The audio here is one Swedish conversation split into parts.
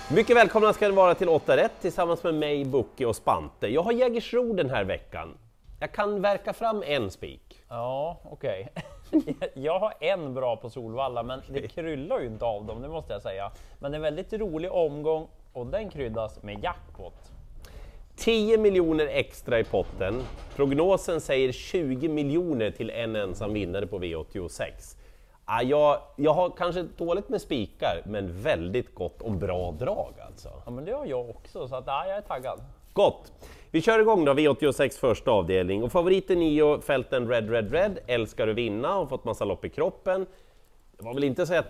Mycket välkomna ska ni vara till 8 rätt tillsammans med mig, Bucke och Spante. Jag har Jägersro den här veckan. Jag kan verka fram en spik. Ja, okej. Jag har en bra på Solvalla, men det kryllar ju inte av dem, det måste jag säga. Men det är en väldigt rolig omgång och den kryddas med jackpot. 10 miljoner extra i potten. Prognosen säger 20 miljoner till en ensam vinnare på V86. Jag har kanske dåligt med spikar, men väldigt gott och bra drag alltså. Ja, men det har jag också, så att, ja, jag är taggad. Gott! Vi kör igång då, V86 första avdelning. Och favoriten 9, fälten Red, älskar att vinna och fått massa lopp i kroppen. Det var väl inte så att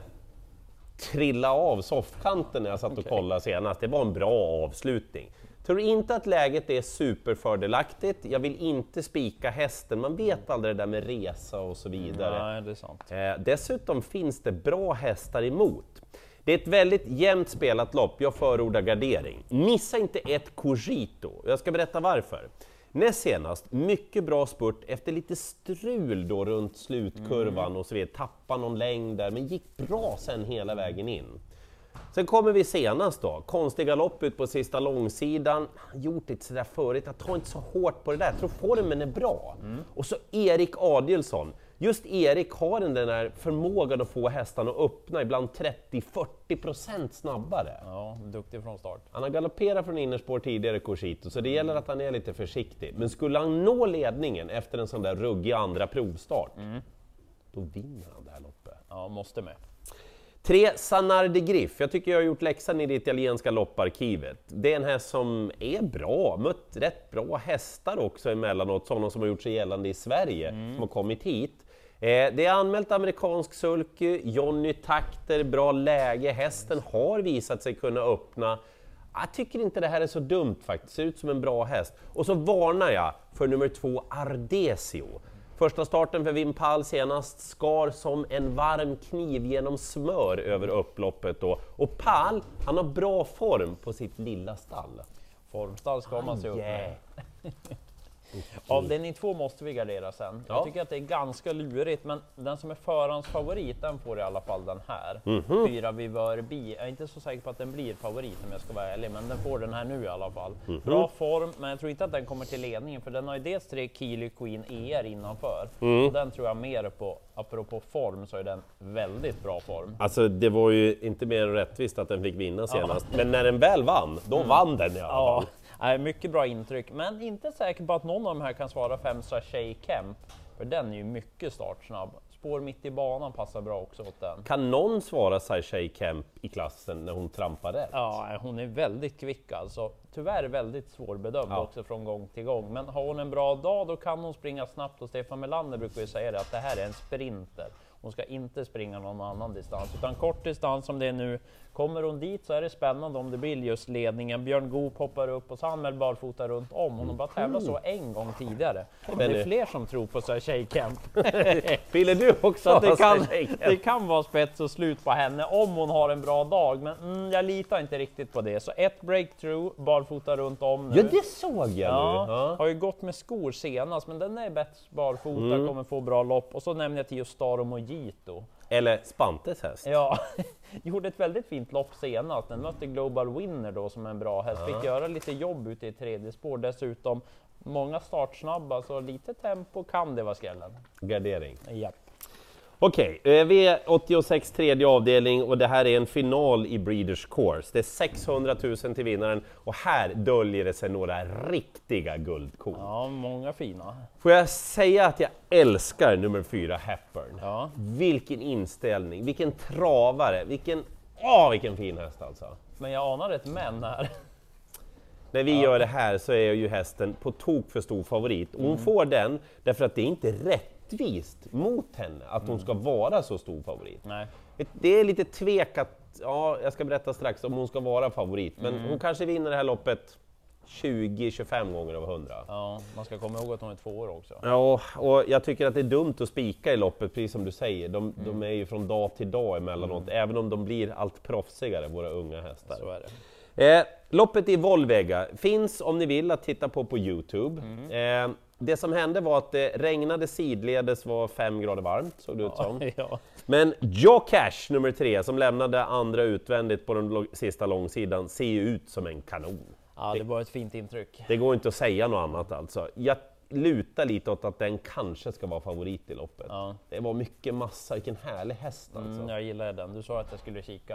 trilla av soffkanten när jag satt och kollade senast. Det var en bra avslutning. Tror inte att läget är superfördelaktigt. Jag vill inte spika hästen. Man vet aldrig det där med resa och så vidare. Nej, det är sant. Dessutom finns det bra hästar emot. Det är ett väldigt jämnt spelat lopp. Jag förordar gardering. Missa inte ett Cogito. Jag ska berätta varför. Näst senast, mycket bra spurt efter lite strul då runt slutkurvan och så vidare. Tappa någon längd där, men gick bra sen hela vägen in. Sen kommer vi senast då, konstiga lopp ut på sista långsidan, gjort lite sådär förut, jag tar inte så hårt på det där, jag tror formen är bra. Och så Erik Adielsson, just Erik har den där förmågan att få hästarna att öppna ibland 30-40% snabbare. Ja, duktig från start. Han har galopperat från innerspår tidigare, Cogito, så det gäller att han är lite försiktig. Men skulle han nå ledningen efter en sån där ruggig andra provstart, då vinner han det här loppet. Ja, måste med. 3, Sanardi Griff. Jag tycker jag har gjort läxan i det italienska lopparkivet. Det är en häst som är bra, mött rätt bra hästar också emellanåt, sådana som har gjort sig gällande i Sverige, som har kommit hit. Det är anmält amerikansk sulky, Johnny Takter, bra läge, hästen har visat sig kunna öppna. Jag tycker inte det här är så dumt faktiskt, ser ut som en bra häst. Och så varnar jag för nummer 2, Ardesio. Första starten för Wim Pall senast skar som en varm kniv genom smör över upploppet då. Och Pall, han har bra form på sitt lilla stall. Formstall ska man se upp med. Avdelning 2 måste vi gardera sen. Jag tycker att det är ganska lurigt, men den som är förhandsfavorit, den får i alla fall den här. 4 Viverbi. Jag är inte så säker på att den blir favorit om jag ska vara ärlig, men den får den här nu i alla fall. Bra form, men jag tror inte att den kommer till ledningen, för den har ju dels 3 Keely Queen ER innanför. Och den tror jag mer på, apropå form, så är den väldigt bra form. Alltså det var ju inte mer än rättvist att den fick vinna senast, men när den väl vann, då vann den i alla fall. Mycket bra intryck, men inte säker på att någon av de här kan svara 5 Shay Kemp, för den är ju mycket startsnabb. Spår mitt i banan passar bra också åt den. Kan någon svara Shay Kemp i klassen när hon trampar rätt? Ja, hon är väldigt kvick alltså. Tyvärr väldigt svårbedömd också från gång till gång. Men har hon en bra dag, då kan hon springa snabbt, och Stefan Melander brukar ju säga det, att det här är en sprinter. Hon ska inte springa någon annan distans, utan kort distans som det är nu. Kommer hon dit så är det spännande om det blir just ledningen. Björn Goop hoppar upp och Samuel barfota runt om. Hon har bara tävlat så en gång tidigare. Det är fler som tror på Shay Kemp. Ville du också att det kan vara spets och slut på henne om hon har en bra dag. Men jag litar inte riktigt på det. Så ett breakthrough, barfota runt om nu. Ja, det såg jag nu. Har ju gått med skor senast, men den är bättre barfota, kommer få bra lopp. Och så nämner jag Tio Star och Mojito. Eller Spantes häst. Ja, gjorde ett väldigt fint lopp senast. Den mötte Global Winner då som en bra häst. Fick göra lite jobb ute i tredje spår. Dessutom många startsnabba, så lite tempo kan det vara skrällen. Gardering. Japp. Okej, V86 tredje avdelning, och det här är en final i Breeders' Course. Det är 600 000 till vinnaren, och här döljer det sig några riktiga guldkorn. Ja, många fina. Får jag säga att jag älskar nummer 4, Hepburn. Ja. Vilken inställning, vilken travare, vilken fin häst alltså. Men jag anar ett men här. När vi gör det här så är ju hästen på tok för stor favorit. Och hon får den därför att det är inte rättvist mot henne att hon ska vara så stor favorit. Nej. Det är lite tvekat, jag ska berätta strax om hon ska vara favorit. Men hon kanske vinner det här loppet 20-25 gånger av 100. Ja, man ska komma ihåg att hon är 2 år också. Ja, och jag tycker att det är dumt att spika i loppet, precis som du säger. De är ju från dag till dag emellanåt, även om de blir allt proffsigare, våra unga hästar. Så är det. Loppet i Volvega finns om ni vill att titta på YouTube. Det som hände var att det regnade sidledes, var 5 grader varmt, såg det ut som. Ja. Men Joe Cash, nummer 3, som lämnade andra utvändigt på den sista långsidan, ser ju ut som en kanon. Ja, det var ett fint intryck. Det går inte att säga något annat alltså. Jag lutar lite åt att den kanske ska vara favorit i loppet. Ja. Det var mycket massa, vilken härlig häst alltså. Jag gillar den, du sa att jag skulle kika.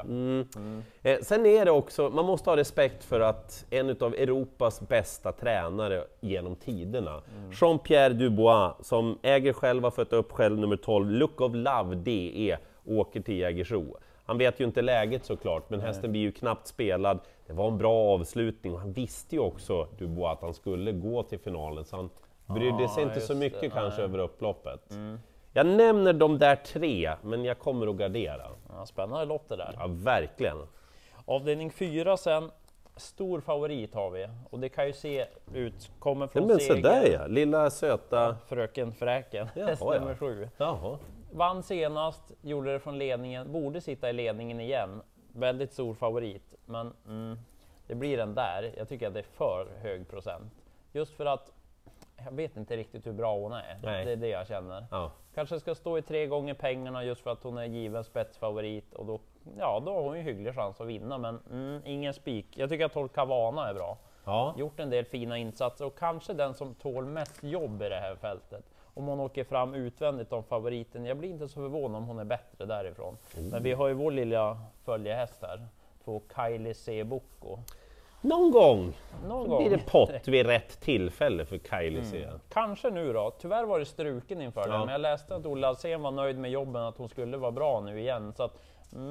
Sen är det också, man måste ha respekt för att en av Europas bästa tränare genom tiderna, Jean-Pierre Dubois, som äger själv, har fött upp själv nummer 12, Look of Love DE, åker till Jägersro. Han vet ju inte läget såklart, men hästen blir ju knappt spelad. Det var en bra avslutning och han visste ju också, Dubois, att han skulle gå till finalen, så han brydde sig inte så mycket kanske över upploppet. Jag nämner de där 3, men jag kommer att gardera. Ja, spännande lopp det där. Ja, verkligen. Avdelning 4 sen, stor favorit har vi. Och det kan ju se ut, kommer från Men seger. sådär ja, lilla söta... Fröken Fräken, häst nummer 7. Jaha. Vann senast, gjorde det från ledningen, borde sitta i ledningen igen. Väldigt stor favorit, men det blir den där. Jag tycker att det är för hög procent. Just för att jag vet inte riktigt hur bra hon är. Nej. Det är det jag känner. Ja. Kanske ska stå i 3 gånger pengarna just för att hon är given spetsfavorit. Och då, ja, då har hon ju hygglig chans att vinna, men ingen spik. Jag tycker att 12 Cavana är bra. Ja. Gjort en del fina insatser och kanske den som tål mest jobb i det här fältet. Om hon åker fram utvändigt om favoriten, jag blir inte så förvånad om hon är bättre därifrån. Men vi har ju vår lilla följehäst här, 2 Kylie C. Bocco. Någon gång Någon blir det pott vid rätt tillfälle för Kylie C. Kanske nu då, tyvärr var det struken inför det, men jag läste att Ola Alsen var nöjd med jobben, att hon skulle vara bra nu igen. Så att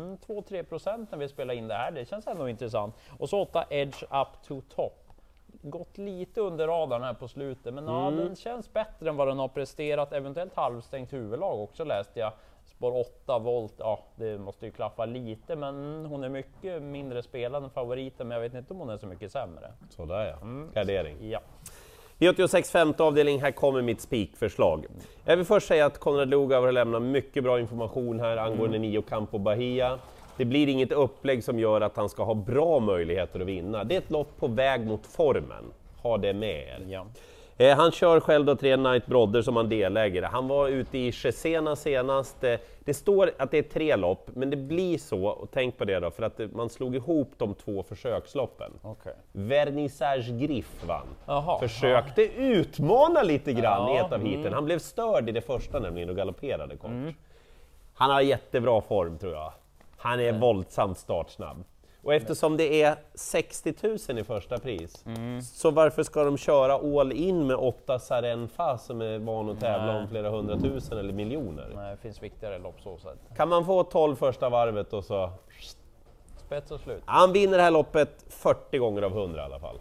2-3% när vi spelar in det här, det känns ändå intressant. Och så 8 Edge Up to Top. Gått lite under radarn här på slutet, men ja, den känns bättre än vad den har presterat. Eventuellt halvstängt huvudlag också läste jag. Spår 8 volt, ja det måste ju klaffa lite, men hon är mycket mindre spelad än favoriten, men jag vet inte om hon är så mycket sämre. Sådär ja, gardering. Ja. V86 femte avdelning, här kommer mitt spikförslag. Jag vill först säga att Konrad Lugauer har lämnat mycket bra information här angående Nio Campo Bahia. Det blir inget upplägg som gör att han ska ha bra möjligheter att vinna. Det är ett lopp på väg mot formen. Ha det med er. Ja. Han kör själv då 3 Night Brother som han delägare. Han var ute i Cesena senast. Det står att det är 3 lopp, men det blir så, och tänk på det då, för att man slog ihop de 2 försöksloppen. Okay. Vernissage Griff vann. Aha, Försökte utmana lite grann i ett av heaten. Han blev störd i det första nämligen och galopperade kort. Han har jättebra form tror jag. Han är våldsamt startsnabb. Och eftersom det är 60 000 i första pris, så varför ska de köra all in med 8 Sarenfa som är van att tävla om flera 100 000 eller miljoner? Nej, det finns viktigare lopp så sätt. Kan man få 12 första varvet och så... Spets och slut. Han vinner det här loppet 40 gånger av 100 i alla fall.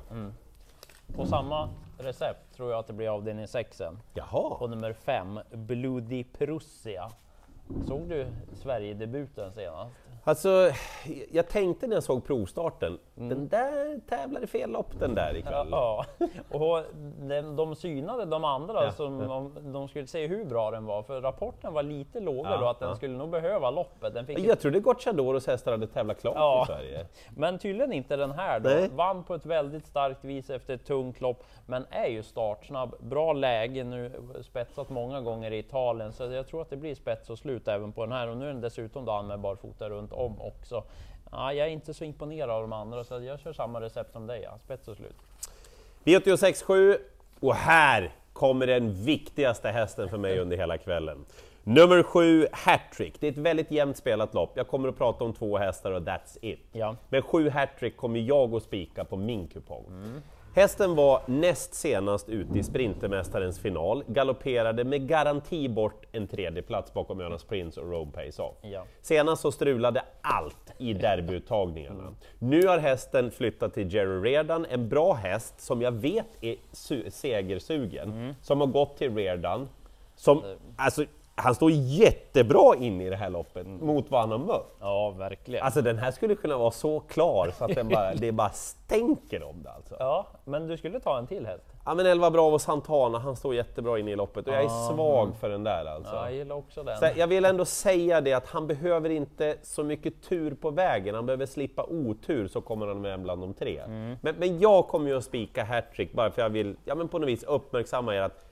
På samma recept tror jag att det blir avdelning 6 sen. Jaha! På nummer 5, Bloody Prussia. Såg du Sverigedebuten senast? Alltså, jag tänkte när jag såg provstarten, den där tävlar i fel lopp den där ikväll. Ja, och de synade de andra som om de skulle se hur bra den var, för rapporten var lite låga då att den skulle nog behöva loppet. Den fick jag trodde Gocciadoros hästar hade tävlat klart i Sverige. Men tydligen inte den här då. Nej. Vann på ett väldigt starkt vis efter ett tungt lopp, men är ju startsnabb. Bra läge nu, spetsat många gånger i Italien, så jag tror att det blir spets och slut även på den här. Och nu är den dessutom då med barfota runt om också. Ja, jag är inte så imponerad av de andra, så jag kör samma recept som dig, spets och slut. V86.7, och här kommer den viktigaste hästen för mig under hela kvällen. Nummer 7, Hattrick. Det är ett väldigt jämnt spelat lopp. Jag kommer att prata om 2 hästar och that's it. Ja. Men 7 Hattrick kommer jag att spika på min kupong. Hästen var näst senast ute i Sprintermästarens final, galopperade med garanti bort en 3:e plats bakom Jonas Prince och Rome Pays Off. Ja. Senast så strulade allt i derbyuttagningarna. Nu har hästen flyttat till Jerry Reardon, en bra häst som jag vet är segersugen, som har gått till Reardon, som, alltså, han står jättebra in i det här loppet mot vad han har mött. Ja, verkligen. Alltså den här skulle kunna vara så klar så att det bara stänker om det alltså. Ja, men du skulle ta en till häst. Ja men 11 Bravo Santana, han står jättebra in i loppet och jag är svag för den där alltså. Ja, jag gillar också den. Så jag vill ändå säga det att han behöver inte så mycket tur på vägen, han behöver slippa otur så kommer han med bland de 3. Men jag kommer ju att spika Hattrick bara för jag vill på något vis uppmärksamma er att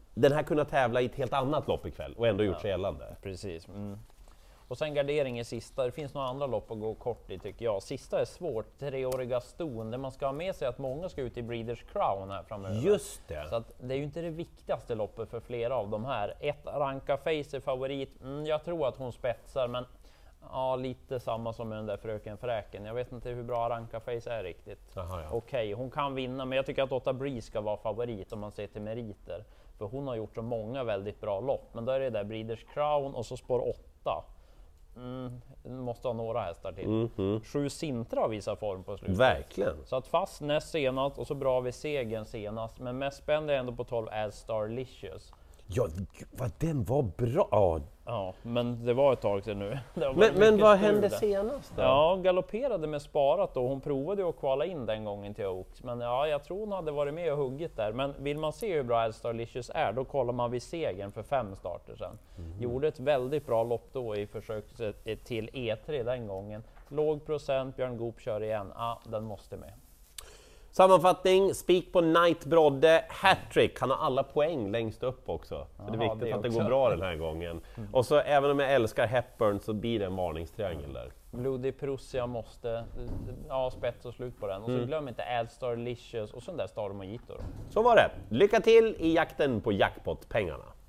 den här kunna tävla i ett helt annat lopp ikväll och ändå gjort sig gällande. Precis. Och sen gardering i sista, det finns några andra lopp att gå kort i tycker jag. Sista är svårt, 3-åriga ston, där man ska ha med sig att många ska ut i Breeders Crown här framöver. Just det! Så att det är ju inte det viktigaste loppet för flera av de här. Ett Ranka Face är favorit, jag tror att hon spetsar, men ja, lite samma som med den där Fröken Fräken. Jag vet inte hur bra Ranka Face är riktigt. Okej, hon kan vinna, men jag tycker att 8 Breeze ska vara favorit om man ser till meriter. För hon har gjort så många väldigt bra lopp, men då är det där Breeders Crown och så spår 8. Måste ha några hästar till. 7 Sintra visar form på slutet. Verkligen. Så att fast näst senast och så bra vid segern senast. Men mest spännande är ändå på 12 Starlicious. Ja, vad den var bra! Ja, men det var ett tag sedan nu. Men vad hände senast då? Ja, galopperade med sparat då. Hon provade ju att kvala in den gången till Oaks. Men ja, jag tror hon hade varit med och huggit där. Men vill man se hur bra Starlicious är, då kollar man vid segern för 5 starter sedan. Gjorde ett väldigt bra lopp då i försök till E3 den gången. Låg procent, Björn Goop kör igen. Ja, den måste med. Sammanfattning, spik på Knight Brodde, hattrick, han har alla poäng längst upp också. Så det är viktigt att det går bra den här gången. Och så även om jag älskar Hepburn så blir det en varningstriangel där. Bloody Prussia måste, spets och slut på den. Och så glöm inte Starlicious och så den där Star Mojito då. Så var det. Lycka till i jakten på jackpot-pengarna.